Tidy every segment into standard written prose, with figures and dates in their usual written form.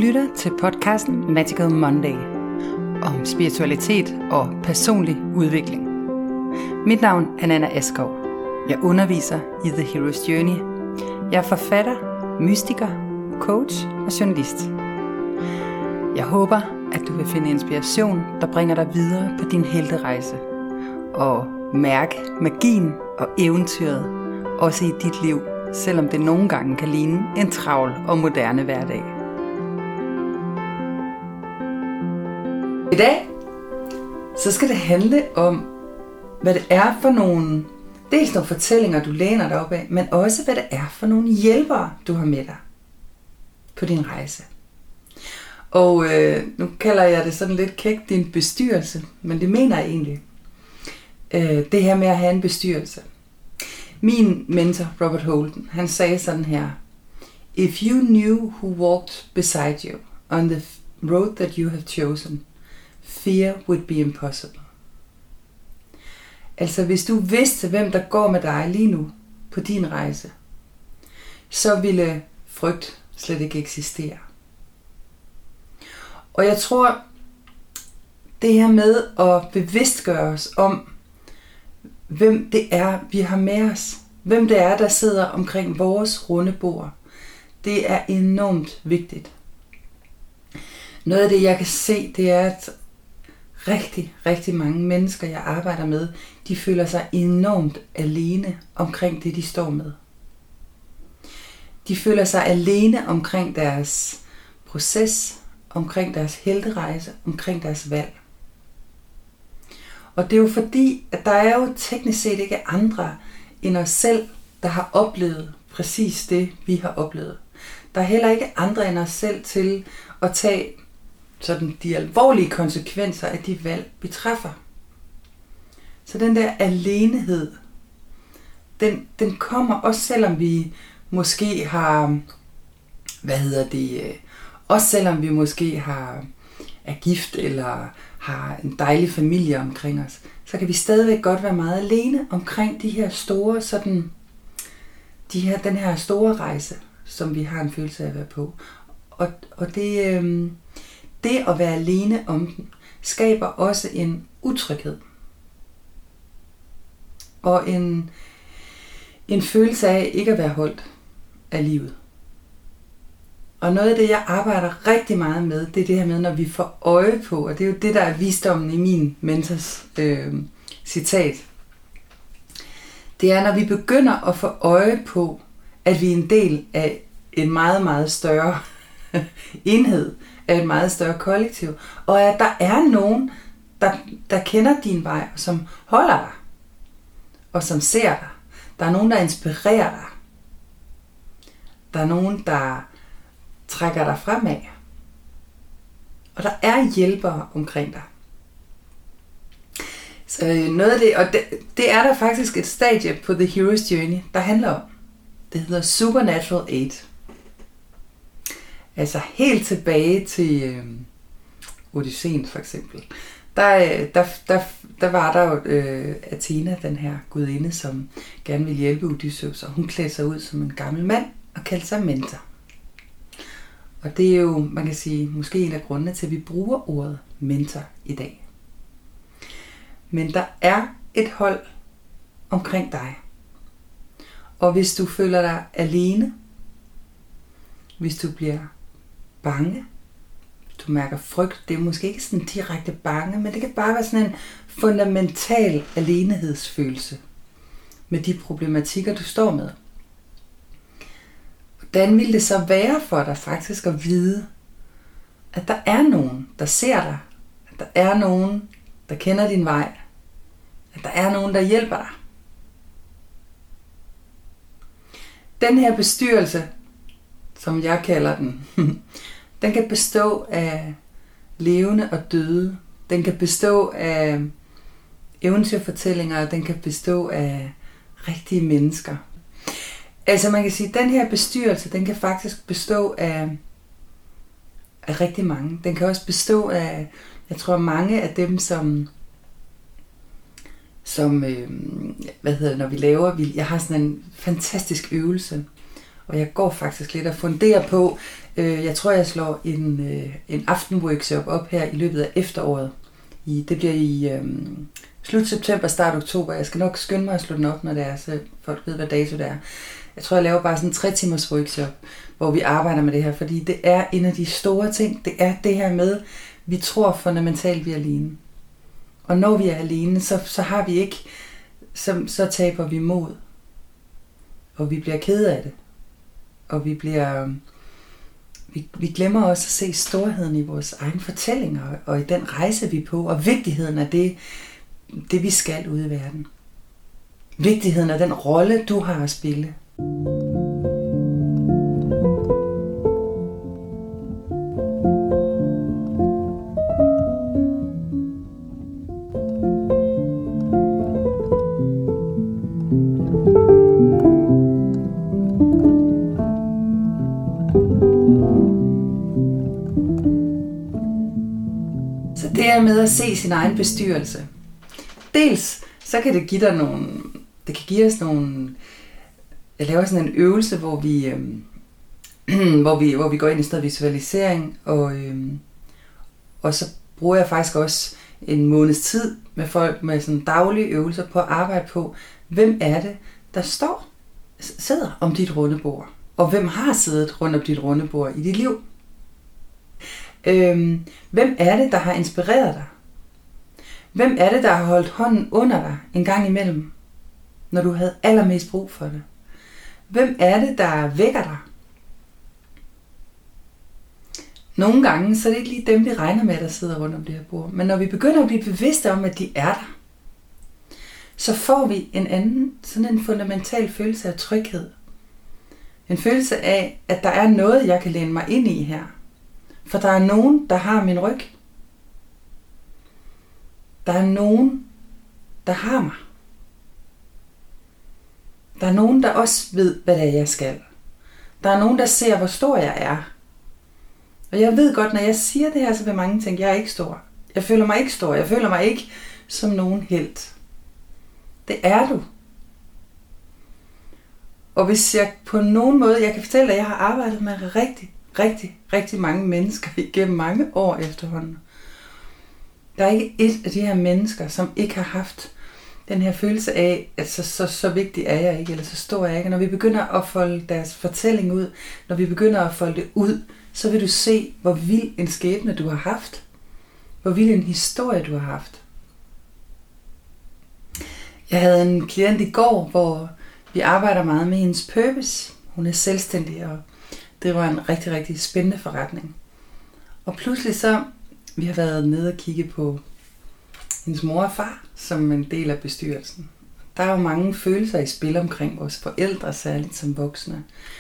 lytter til podcasten Magical Monday om spiritualitet og personlig udvikling. Mit navn er Nanna Askov. Jeg underviser i The Hero's Journey. Jeg er forfatter, mystiker, coach og journalist. Jeg håber, at du vil finde inspiration, der bringer dig videre på din helterejse og mærke magien og eventyret også i dit liv, selvom det nogle gange kan ligne en travl og moderne hverdag. I dag så skal det handle om, hvad det er for nogle, dels nogle fortællinger, du læner dig op af, men også hvad det er for nogle hjælpere, du har med dig på din rejse. Og nu kalder jeg det sådan lidt kægt din bestyrelse, men det mener jeg egentlig. Det her med at have en bestyrelse. Min mentor, Robert Holden, han sagde sådan her: If you knew who walked beside you on the road that you have chosen, fear would be impossible. Altså hvis du vidste, hvem der går med dig lige nu på din rejse, så ville frygt slet ikke eksistere. Og jeg tror, det her med at bevidstgøre os om, hvem det er, vi har med os, hvem det er, der sidder omkring vores runde bord, det er enormt vigtigt. Noget af det, jeg kan se, det er, at rigtig mange mennesker, jeg arbejder med, de føler sig enormt alene omkring det, de står med. De føler sig alene omkring deres proces, omkring deres helterejse, omkring deres valg. Og det er jo fordi, at der er jo teknisk set ikke andre end os selv, der har oplevet præcis det, vi har oplevet. Der er heller ikke andre end os selv til at tage sådan de alvorlige konsekvenser af de valg, vi træffer. Så den der alenehed, den kommer også selvom vi måske har, også selvom vi måske er gift eller har en dejlig familie omkring os, så kan vi stadigvæk godt være meget alene omkring de her store den her store rejse, som vi har en følelse af at være på. Og det at være alene om den, skaber også en utryghed. Og en følelse af ikke at være holdt af livet. Og noget af det, jeg arbejder rigtig meget med, det er det her med, når vi får øje på, og det er jo det, der er visdommen i min mentors citat. Det er, når vi begynder at få øje på, at vi er en del af en meget, meget større enhed, af et meget større kollektiv, og at der er nogen, der kender din vej, og som holder dig, og som ser dig. Der er nogen, der inspirerer dig. Der er nogen, der trækker dig fremad. Og der er hjælpere omkring dig. Så noget af det, og det er der faktisk et stadie på The Hero's Journey, der handler om. Det hedder Supernatural Aid. Altså helt tilbage til Odysseen for eksempel. Der var der jo Athena, den her gudinde, som gerne ville hjælpe Odysseus, og hun klædte sig ud som en gammel mand og kaldte sig mentor. Og det er jo, man kan sige, måske en af grundene til, at vi bruger ordet mentor i dag. Men der er et hold omkring dig. Og hvis du føler dig alene, hvis du bliver bange, hvis du mærker frygt, det er måske ikke sådan direkte bange, men det kan bare være sådan en fundamental alenehedsfølelse med de problematikker, du står med. Hvordan vil det så være for dig faktisk at vide, at der er nogen, der ser dig, at der er nogen, der kender din vej, at der er nogen, der hjælper dig? Den her bestyrelse, som jeg kalder den, den kan bestå af levende og døde. Den kan bestå af eventyrfortællinger, den kan bestå af rigtige mennesker. Altså man kan sige, at den her bestyrelse, den kan faktisk bestå af rigtig mange. Den kan også bestå af, jeg tror mange af dem, når vi laver, jeg har sådan en fantastisk øvelse, Og jeg går faktisk lidt og funderer på, jeg tror jeg slår en aftenworkshop op her i løbet af efteråret. Det bliver i slut september, start oktober. Jeg skal nok skynde mig at slå den op, når det er, så folk ved, hvad dato det er. Jeg tror, jeg laver bare sådan en 3 timers workshop, hvor vi arbejder med det her, fordi det er en af de store ting. Det er det her med, vi tror fundamentalt, vi er alene. Og når vi er alene, så har vi ikke, så taber vi mod. Og vi bliver kede af det. Og vi glemmer også at se storheden i vores egne fortællinger, og i den rejse, vi er på, og vigtigheden af det vi skal ud i verden. Vigtigheden af den rolle, du har at spille. Så det er med at se sin egen bestyrelse. Dels så kan det give dig det kan give os nogle, jeg laver sådan en øvelse, hvor vi går ind i sådan noget visualisering, og så bruger jeg faktisk også en måneds tid med folk med sådan daglige øvelser på at arbejde på, hvem er det, der sidder om dit runde bord, og hvem har siddet rundt om dit runde bord i dit liv. Hvem er det, der har inspireret dig? Hvem er det, der har holdt hånden under dig en gang imellem, når du havde allermest brug for det? Hvem er det, der vækker dig? Nogle gange, så er det ikke lige dem, vi regner med, der sidder rundt om det her bord. Men når vi begynder at blive bevidste om, at de er der, så får vi sådan en fundamental følelse af tryghed. En følelse af, at der er noget, jeg kan læne mig ind i her. For der er nogen, der har min ryg. Der er nogen, der har mig. Der er nogen, der også ved, hvad det er, jeg skal. Der er nogen, der ser, hvor stor jeg er. Og jeg ved godt, når jeg siger det her, så vil mange tænke, jeg er ikke stor. Jeg føler mig ikke stor. Jeg føler mig ikke som nogen helt. Det er du. Og hvis jeg på nogen måde, jeg kan fortælle dig, at jeg har arbejdet med rigtig mange mennesker igennem mange år efterhånden. Der er ikke et af de her mennesker, som ikke har haft den her følelse af, at så vigtig er jeg ikke, eller så stor er jeg ikke. Når vi begynder at folde deres fortælling ud, når vi begynder at folde det ud, så vil du se, hvor vild en skæbne du har haft. Hvor vild en historie du har haft. Jeg havde en klient i går, hvor vi arbejder meget med hendes purpose. Hun er selvstændig, og det var en rigtig spændende forretning. Og pludselig så, vi har været nede og kigge på hendes mor og far, som en del af bestyrelsen. Der er jo mange følelser i spil omkring vores forældre, særligt som voksne.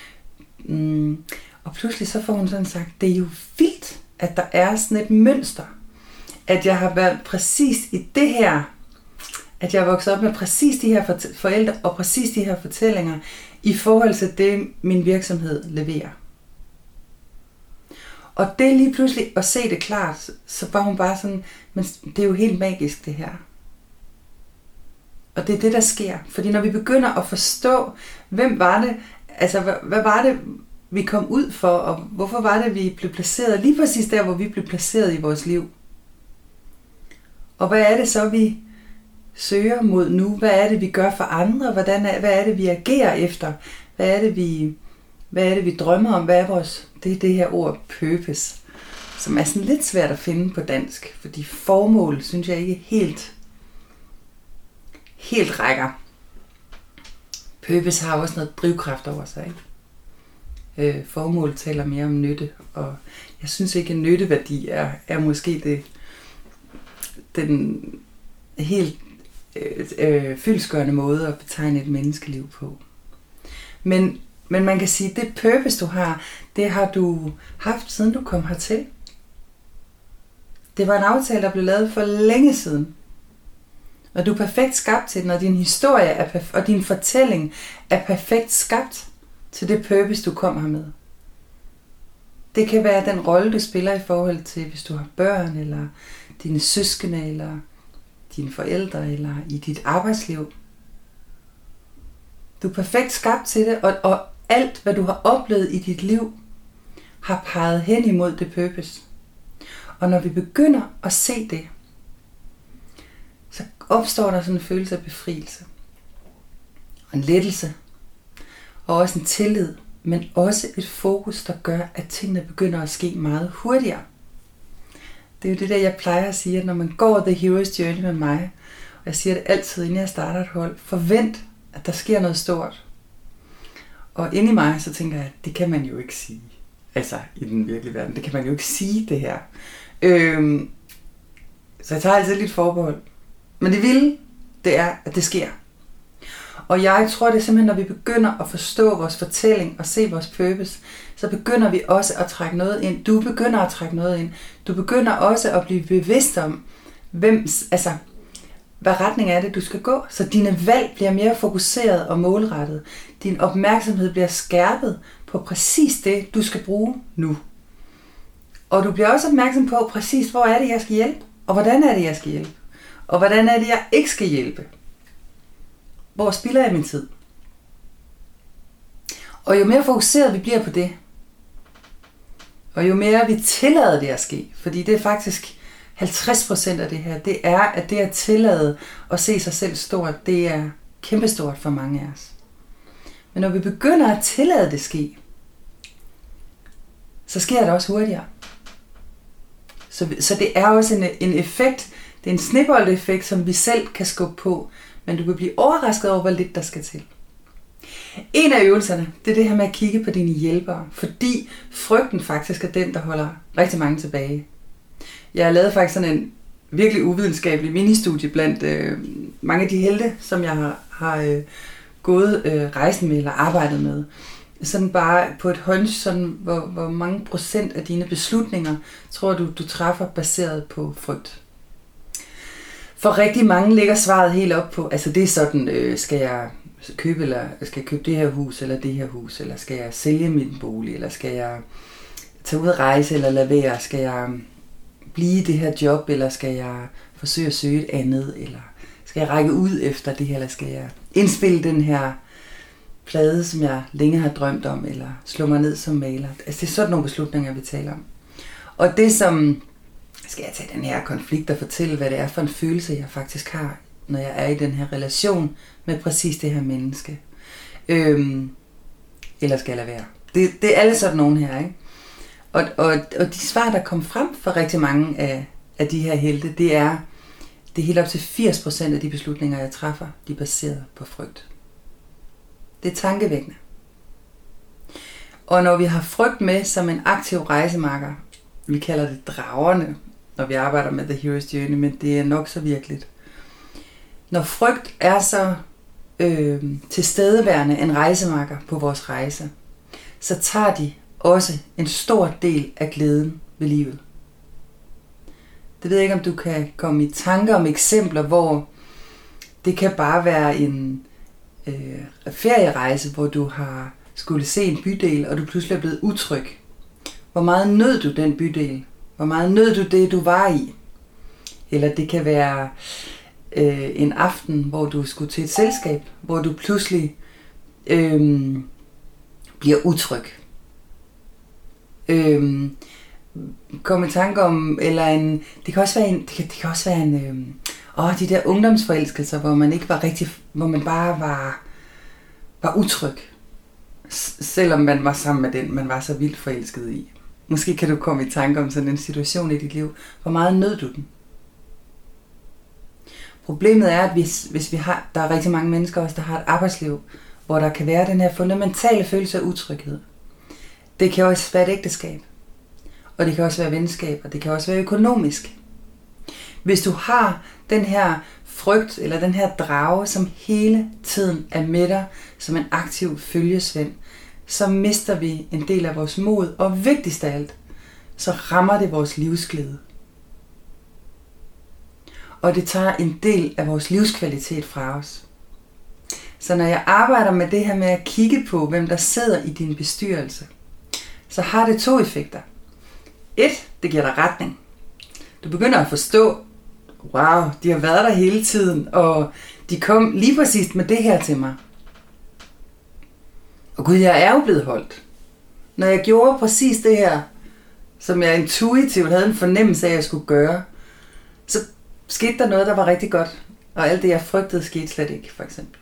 Og pludselig så får hun sådan sagt, det er jo vildt, at der er sådan et mønster. At jeg har været præcis i det her, at jeg er vokset op med præcis de her forældre og præcis de her fortællinger i forhold til det, min virksomhed leverer. Og det lige pludselig at se det klart, så var hun bare sådan, men det er jo helt magisk det her. Og det er det, der sker. Fordi når vi begynder at forstå, hvem var det, altså hvad var det, vi kom ud for, og hvorfor var det, vi blev placeret lige præcis der, hvor vi blev placeret i vores liv. Og hvad er det så, vi søger mod nu? Hvad er det, vi gør for andre? Hvad er det, vi agerer efter? Hvad er det, vi drømmer om? Hvad er vores, det er det her ord purpose, som er sådan lidt svært at finde på dansk, fordi formål, synes jeg ikke helt rækker. Purpose har også noget drivkraft over sig, ikke? Formål taler mere om nytte, og jeg synes ikke, at nytteværdi er måske den helt fyldestgørende måde at betegne et menneskeliv på. Men man kan sige, at det purpose, du har, det har du haft, siden du kom hertil. Det var en aftale, der blev lavet for længe siden. Og du er perfekt skabt til den, og din historie og din fortælling er perfekt skabt til det purpose, du kom her med. Det kan være den rolle, du spiller i forhold til, hvis du har børn, eller dine søskende, eller dine forældre, eller i dit arbejdsliv. Du er perfekt skabt til det, alt, hvad du har oplevet i dit liv, har peget hen imod det purpose. Og når vi begynder at se det, så opstår der sådan en følelse af befrielse. Og en lettelse. Og også en tillid. Men også et fokus, der gør, at tingene begynder at ske meget hurtigere. Det er jo det der, jeg plejer at sige, at når man går The Hero's Journey med mig, og jeg siger det altid, inden jeg starter et hold, forvent, at der sker noget stort. Og inde i mig, så tænker jeg, at det kan man jo ikke sige. Altså, i den virkelige verden, det kan man jo ikke sige, det her. Så jeg tager altid lidt forbehold. Men det vilde, det er, at det sker. Og jeg tror, det er simpelthen, når vi begynder at forstå vores fortælling og se vores purpose, så begynder vi også at trække noget ind. Du begynder at trække noget ind. Du begynder også at blive bevidst om, hvad retning er det, du skal gå. Så dine valg bliver mere fokuseret og målrettet. Din opmærksomhed bliver skærpet på præcis det, du skal bruge nu. Og du bliver også opmærksom på præcis, hvor er det, jeg skal hjælpe. Og hvordan er det, jeg skal hjælpe. Og hvordan er det, jeg ikke skal hjælpe. Hvor spilder jeg min tid? Og jo mere fokuseret vi bliver på det, og jo mere vi tillader det at ske, fordi det er faktisk 50% af det her, det er, at det at tillade at se sig selv stort, det er kæmpestort for mange af os. Men når vi begynder at tillade det ske, så sker det også hurtigere. Så det er også en effekt, det er en sneboldeffekt, som vi selv kan skubbe på, men du vil blive overrasket over, hvor lidt der skal til. En af øvelserne, det er det her med at kigge på dine hjælpere, fordi frygten faktisk er den, der holder rigtig mange tilbage. Jeg har lavet faktisk sådan en virkelig uvidenskabelig ministudie blandt mange af de helte, som jeg har gået rejsen med eller arbejdet med. Sådan bare på et hunch, sådan hvor mange procent af dine beslutninger tror du træffer baseret på frygt. For rigtig mange ligger svaret helt op på, altså det er sådan, skal jeg købe det her hus eller det her hus, eller skal jeg sælge min bolig, eller skal jeg tage ud at rejse eller lade være, skal jeg blive det her job, eller skal jeg forsøge at søge et andet, eller skal jeg række ud efter det her, eller skal jeg indspille den her plade, som jeg længe har drømt om, eller slå mig ned som maler. Altså det er sådan nogle beslutninger, vi taler om. Og det som, skal jeg tage den her konflikt og fortælle, hvad det er for en følelse, jeg faktisk har, når jeg er i den her relation med præcis det her menneske. Eller skal jeg lade være. Det er alle sådan nogen her, ikke? Og de svar, der kom frem for rigtig mange af de her helte, det er helt op til 80% af de beslutninger, jeg træffer, de er baseret på frygt. Det er tankevækkende. Og når vi har frygt med som en aktiv rejsemarker, vi kalder det dragerne, når vi arbejder med The Hero's Journey, men det er nok så virkeligt. Når frygt er så tilstedeværende en rejsemarker på vores rejse, så tager de også en stor del af glæden ved livet. Det ved jeg ikke, om du kan komme i tanker om eksempler, hvor det kan bare være en ferierejse, hvor du har skulle se en bydel, og du pludselig er blevet utryg. Hvor meget nød du den bydel? Hvor meget nød du det, du var i? Eller det kan være en aften, hvor du skulle til et selskab, hvor du pludselig bliver utryg. Kom i tanke om, eller det kan også være de der ungdomsforelskelser, hvor man ikke var rigtig, hvor man bare var utryg, selvom man var sammen med den, man var så vildt forelsket i. Måske kan du komme i tanke om sådan en situation i dit liv. Hvor meget nød du den? Problemet er, at hvis vi har, der er rigtig mange mennesker også, der har et arbejdsliv, hvor der kan være den her fundamentale følelse af utryghed. Det kan også være et ægteskab. Og det kan også være venskab, og det kan også være økonomisk. Hvis du har den her frygt, eller den her drage, som hele tiden er med dig, som en aktiv følgesvend, så mister vi en del af vores mod, og vigtigst af alt, så rammer det vores livsglæde. Og det tager en del af vores livskvalitet fra os. Så når jeg arbejder med det her med at kigge på, hvem der sidder i din bestyrelse, så har det 2 effekter. 1, det giver dig retning. Du begynder at forstå, wow, de har været der hele tiden, og de kom lige præcis med det her til mig. Og gud, jeg er jo blevet holdt. Når jeg gjorde præcis det her, som jeg intuitivt havde en fornemmelse af, at jeg skulle gøre, så skete der noget, der var rigtig godt. Og alt det, jeg frygtede, skete slet ikke, for eksempel.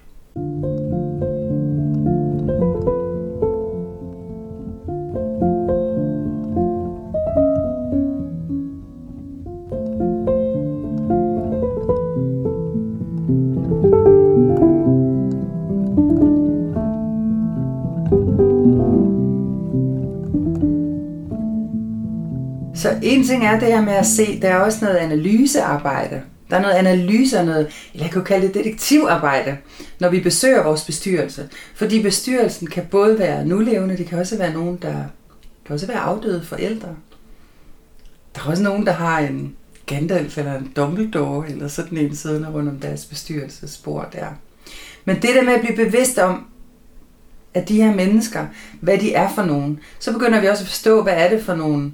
Så en ting er det her med at se, der er også noget analysearbejde. Der er noget analyse og noget, eller jeg kunne kalde det detektivarbejde, når vi besøger vores bestyrelse. Fordi bestyrelsen kan både være nulevende, det kan også være nogen, der kan også være afdøde forældre. Der er også nogen, der har en Gandalf eller en Dumbledore, eller sådan en siddende rundt om deres bestyrelsesbord der. Men det der med at blive bevidst om, at de her mennesker, hvad de er for nogen, så begynder vi også at forstå, hvad er det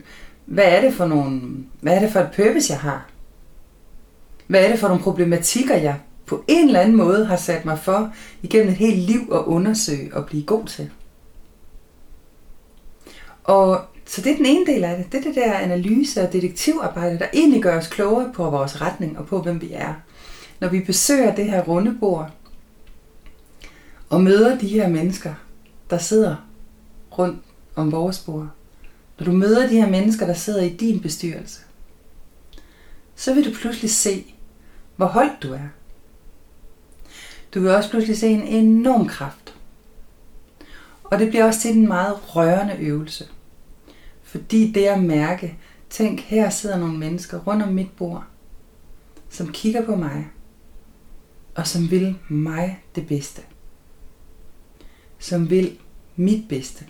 for et purpose, jeg har? Hvad er det for nogle problematikker, jeg på en eller anden måde har sat mig for igennem et helt liv at undersøge og blive god til? Og så det er den ene del af det. Det er det der analyse og detektivarbejde, der egentlig gør os klogere på vores retning og på, hvem vi er. Når vi besøger det her runde bord og møder de her mennesker, der sidder rundt om vores bord. Når du møder de her mennesker, der sidder i din bestyrelse, så vil du pludselig se, hvor holdt du er. Du vil også pludselig se en enorm kraft. Og det bliver også til en meget rørende øvelse. Fordi det at mærke, tænk, her sidder nogle mennesker rundt om mit bord, som kigger på mig, og som vil mig det bedste. Som vil mit bedste.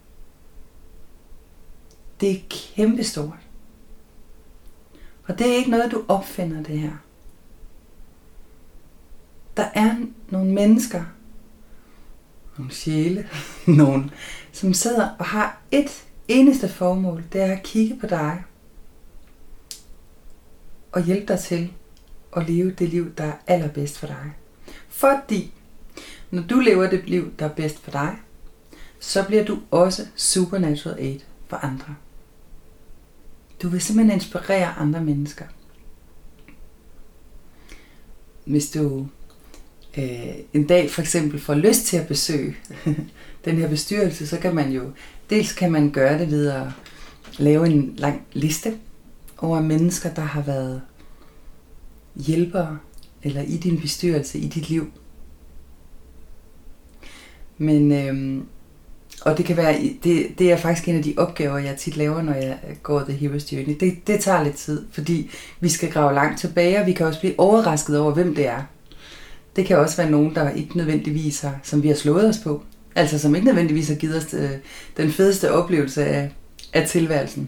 Det er kæmpestort. Og det er ikke noget, du opfinder det her. Der er nogle mennesker, nogle sjæle, nogen, som sidder og har et eneste formål. Det er at kigge på dig og hjælpe dig til at leve det liv, der er allerbedst for dig. Fordi når du lever det liv, der er bedst for dig, så bliver du også supernatural aid for andre. Du vil simpelthen inspirere andre mennesker. Hvis du en dag for eksempel får lyst til at besøge den her bestyrelse, så kan man jo, dels kan man gøre det ved at lave en lang liste over mennesker, der har været hjælpere eller i din bestyrelse i dit liv. Men og det kan være, det er faktisk en af de opgaver, jeg tit laver, når jeg går The Hero's Journey. Det tager lidt tid, fordi vi skal grave langt tilbage, og vi kan også blive overrasket over, hvem det er. Det kan også være nogen, der ikke nødvendigvis har, som vi har slået os på. Altså som ikke nødvendigvis har givet os den fedeste oplevelse af tilværelsen.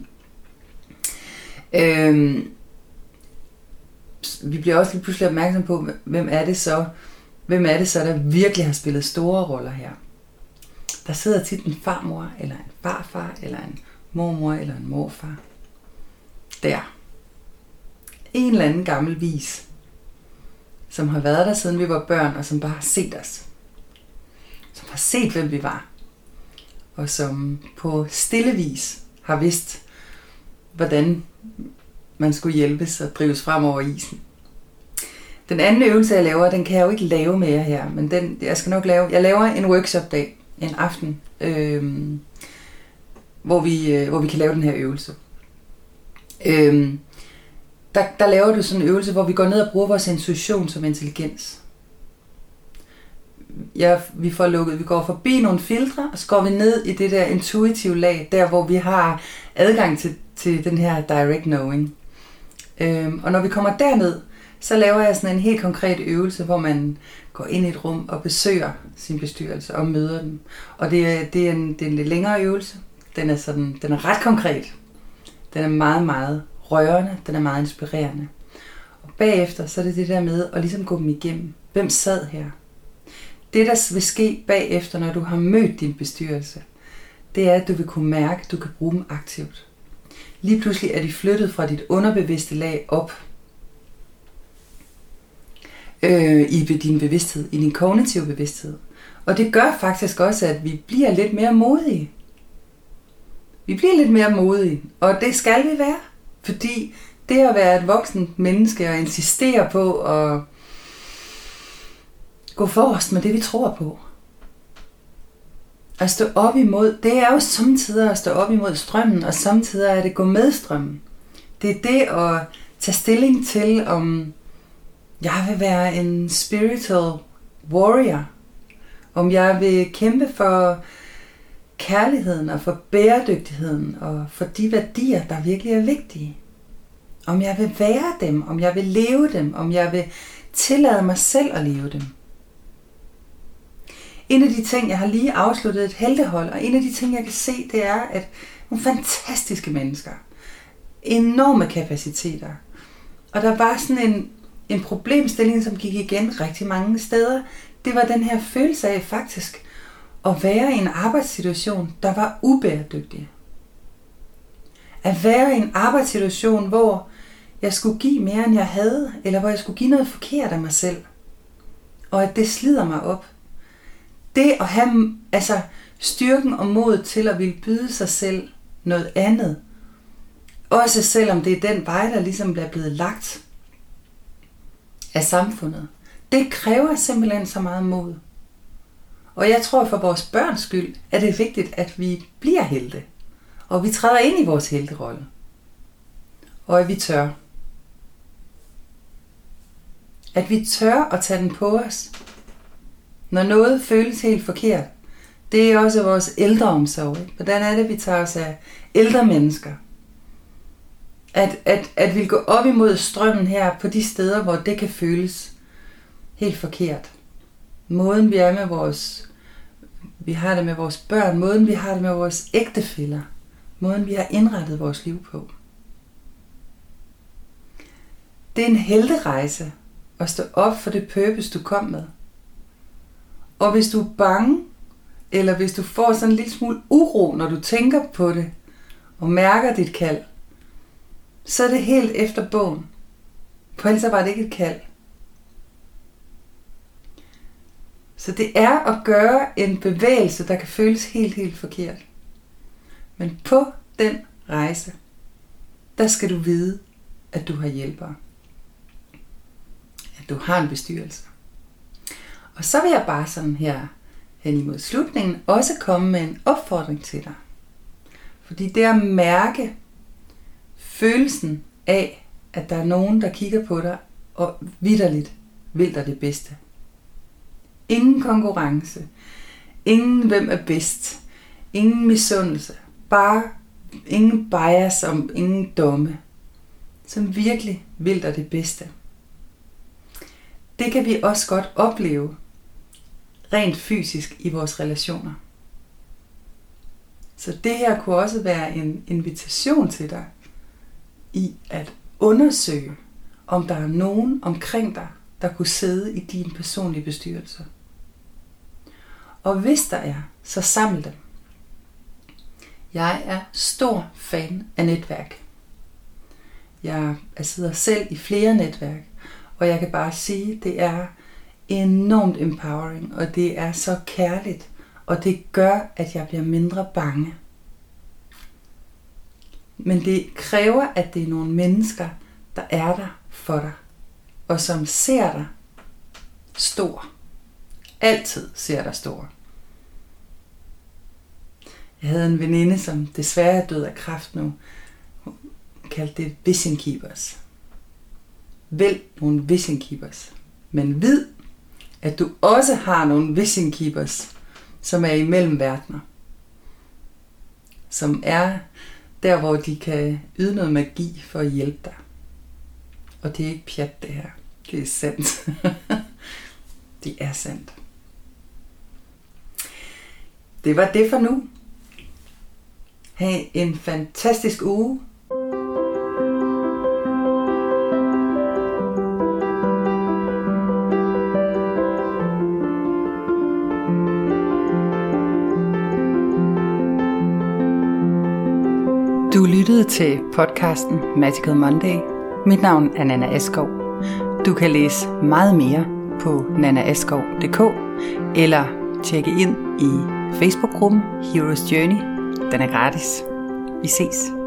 Vi bliver også lige pludselig opmærksom på, hvem er det så, der virkelig har spillet store roller her. Der sidder tit en farmor, eller en farfar, eller en mormor, eller en morfar. Der. En eller anden gammel vis, som har været der siden vi var børn, og som bare har set os. Som har set, hvem vi var. Og som på stille vis har vidst, hvordan man skulle hjælpes og drives frem over isen. Den anden øvelse, jeg laver, den kan jeg jo ikke lave med jer her, men jeg laver en workshop-dag, en aften, hvor vi kan lave den her øvelse. Der laver du sådan en øvelse, hvor vi går ned og bruger vores intuition som intelligens. Vi går forbi nogle filtre, og så går vi ned i det der intuitive lag, der hvor vi har adgang til den her direct knowing. Og når vi kommer derned, så laver jeg sådan en helt konkret øvelse, hvor man går ind i et rum og besøger sin bestyrelse og møder dem. Og det er en lidt længere øvelse. Den er ret konkret. Den er meget, meget rørende. Den er meget inspirerende. Og bagefter, så er det der med at ligesom gå dem igennem. Hvem sad her? Det, der vil ske bagefter, når du har mødt din bestyrelse, det er, at du vil kunne mærke, at du kan bruge dem aktivt. Lige pludselig er de flyttet fra dit underbevidste lag op. i din bevidsthed, i din kognitive bevidsthed. Og det gør faktisk også, at vi bliver lidt mere modige. Vi bliver lidt mere modige, og det skal vi være. Fordi det at være et voksent menneske og insistere på at gå forrest med det, vi tror på. At stå op imod, det er jo samtidig at stå op imod strømmen, og samtidig er det gå med strømmen. Det er det at tage stilling til, om jeg vil være en spiritual warrior. Om jeg vil kæmpe for kærligheden og for bæredygtigheden og for de værdier, der virkelig er vigtige. Om jeg vil være dem, om jeg vil leve dem, om jeg vil tillade mig selv at leve dem. En af de ting, jeg har lige afsluttet et heltehold, og en af de ting, jeg kan se, det er, at nogle fantastiske mennesker, enorme kapaciteter, og der var sådan en problemstilling, som gik igen rigtig mange steder. Det var den her følelse af faktisk at være i en arbejdssituation, der var ubæredygtig. At være i en arbejdssituation, hvor jeg skulle give mere, end jeg havde, eller hvor jeg skulle give noget forkert af mig selv. Og at det slider mig op. Det at have styrken og mod til at ville byde sig selv noget andet, også selvom det er den vej, der ligesom bliver blevet lagt af samfundet, det kræver simpelthen så meget mod. Og jeg tror, for vores børns skyld, er det vigtigt, at vi bliver helte. Og vi træder ind i vores helterolle. Og at vi tør. At vi tør at tage den på os. Når noget føles helt forkert. Det er også vores ældreomsorg. Hvordan er det, vi tager os af ældre mennesker? At vi går op imod strømmen her på de steder, hvor det kan føles helt forkert. Måden vi er med vi har det med vores børn, måden vi har det med vores ægtefæller, måden vi har indrettet vores liv på. Det er en helterejse at stå op for det purpose, du kom med. Og hvis du er bange, eller hvis du får sådan en lille smule uro, når du tænker på det, og mærker dit kald, så er det helt efter bogen. For ellers var det ikke et kald. Så det er at gøre en bevægelse, der kan føles helt forkert. Men på den rejse, der skal du vide, at du har hjælpere. At du har en bestyrelse. Og så vil jeg bare sådan her hen imod slutningen også komme med en opfordring til dig. Fordi det at mærke følelsen af, at der er nogen, der kigger på dig og vitterligt vil dig det bedste. Ingen konkurrence. Ingen hvem er bedst. Ingen misundelse. Bare ingen bias om ingen domme. Som virkelig vil dig det bedste. Det kan vi også godt opleve rent fysisk i vores relationer. Så det her kunne også være en invitation til dig i at undersøge, om der er nogen omkring dig, der kunne sidde i din personlige bestyrelse. Og hvis der er, så samle dem. Jeg er stor fan af netværk. Jeg sidder selv i flere netværk, og jeg kan bare sige, at det er enormt empowering, og det er så kærligt, og det gør, at jeg bliver mindre bange. Men det kræver, at det er nogle mennesker, der er der for dig, og som ser dig stor. Altid ser dig stor. Jeg havde en veninde, som desværre er død af kræft nu. Hun kaldte det vision keepers. Vælg nogle vision keepers. Men vid, at du også har nogle vision keepers, som er imellem verdener. Som er der, hvor de kan yde noget magi for at hjælpe dig. Og det er ikke pjat, det her. Det er sandt. Det er sandt. Det var det for nu. Ha' en fantastisk uge. Du lyttede til podcasten Magical Monday. Mit navn er Nanna Askov. Du kan læse meget mere på nannaaskov.dk eller tjekke ind i Facebook-gruppen Heroes Journey. Den er gratis. Vi ses.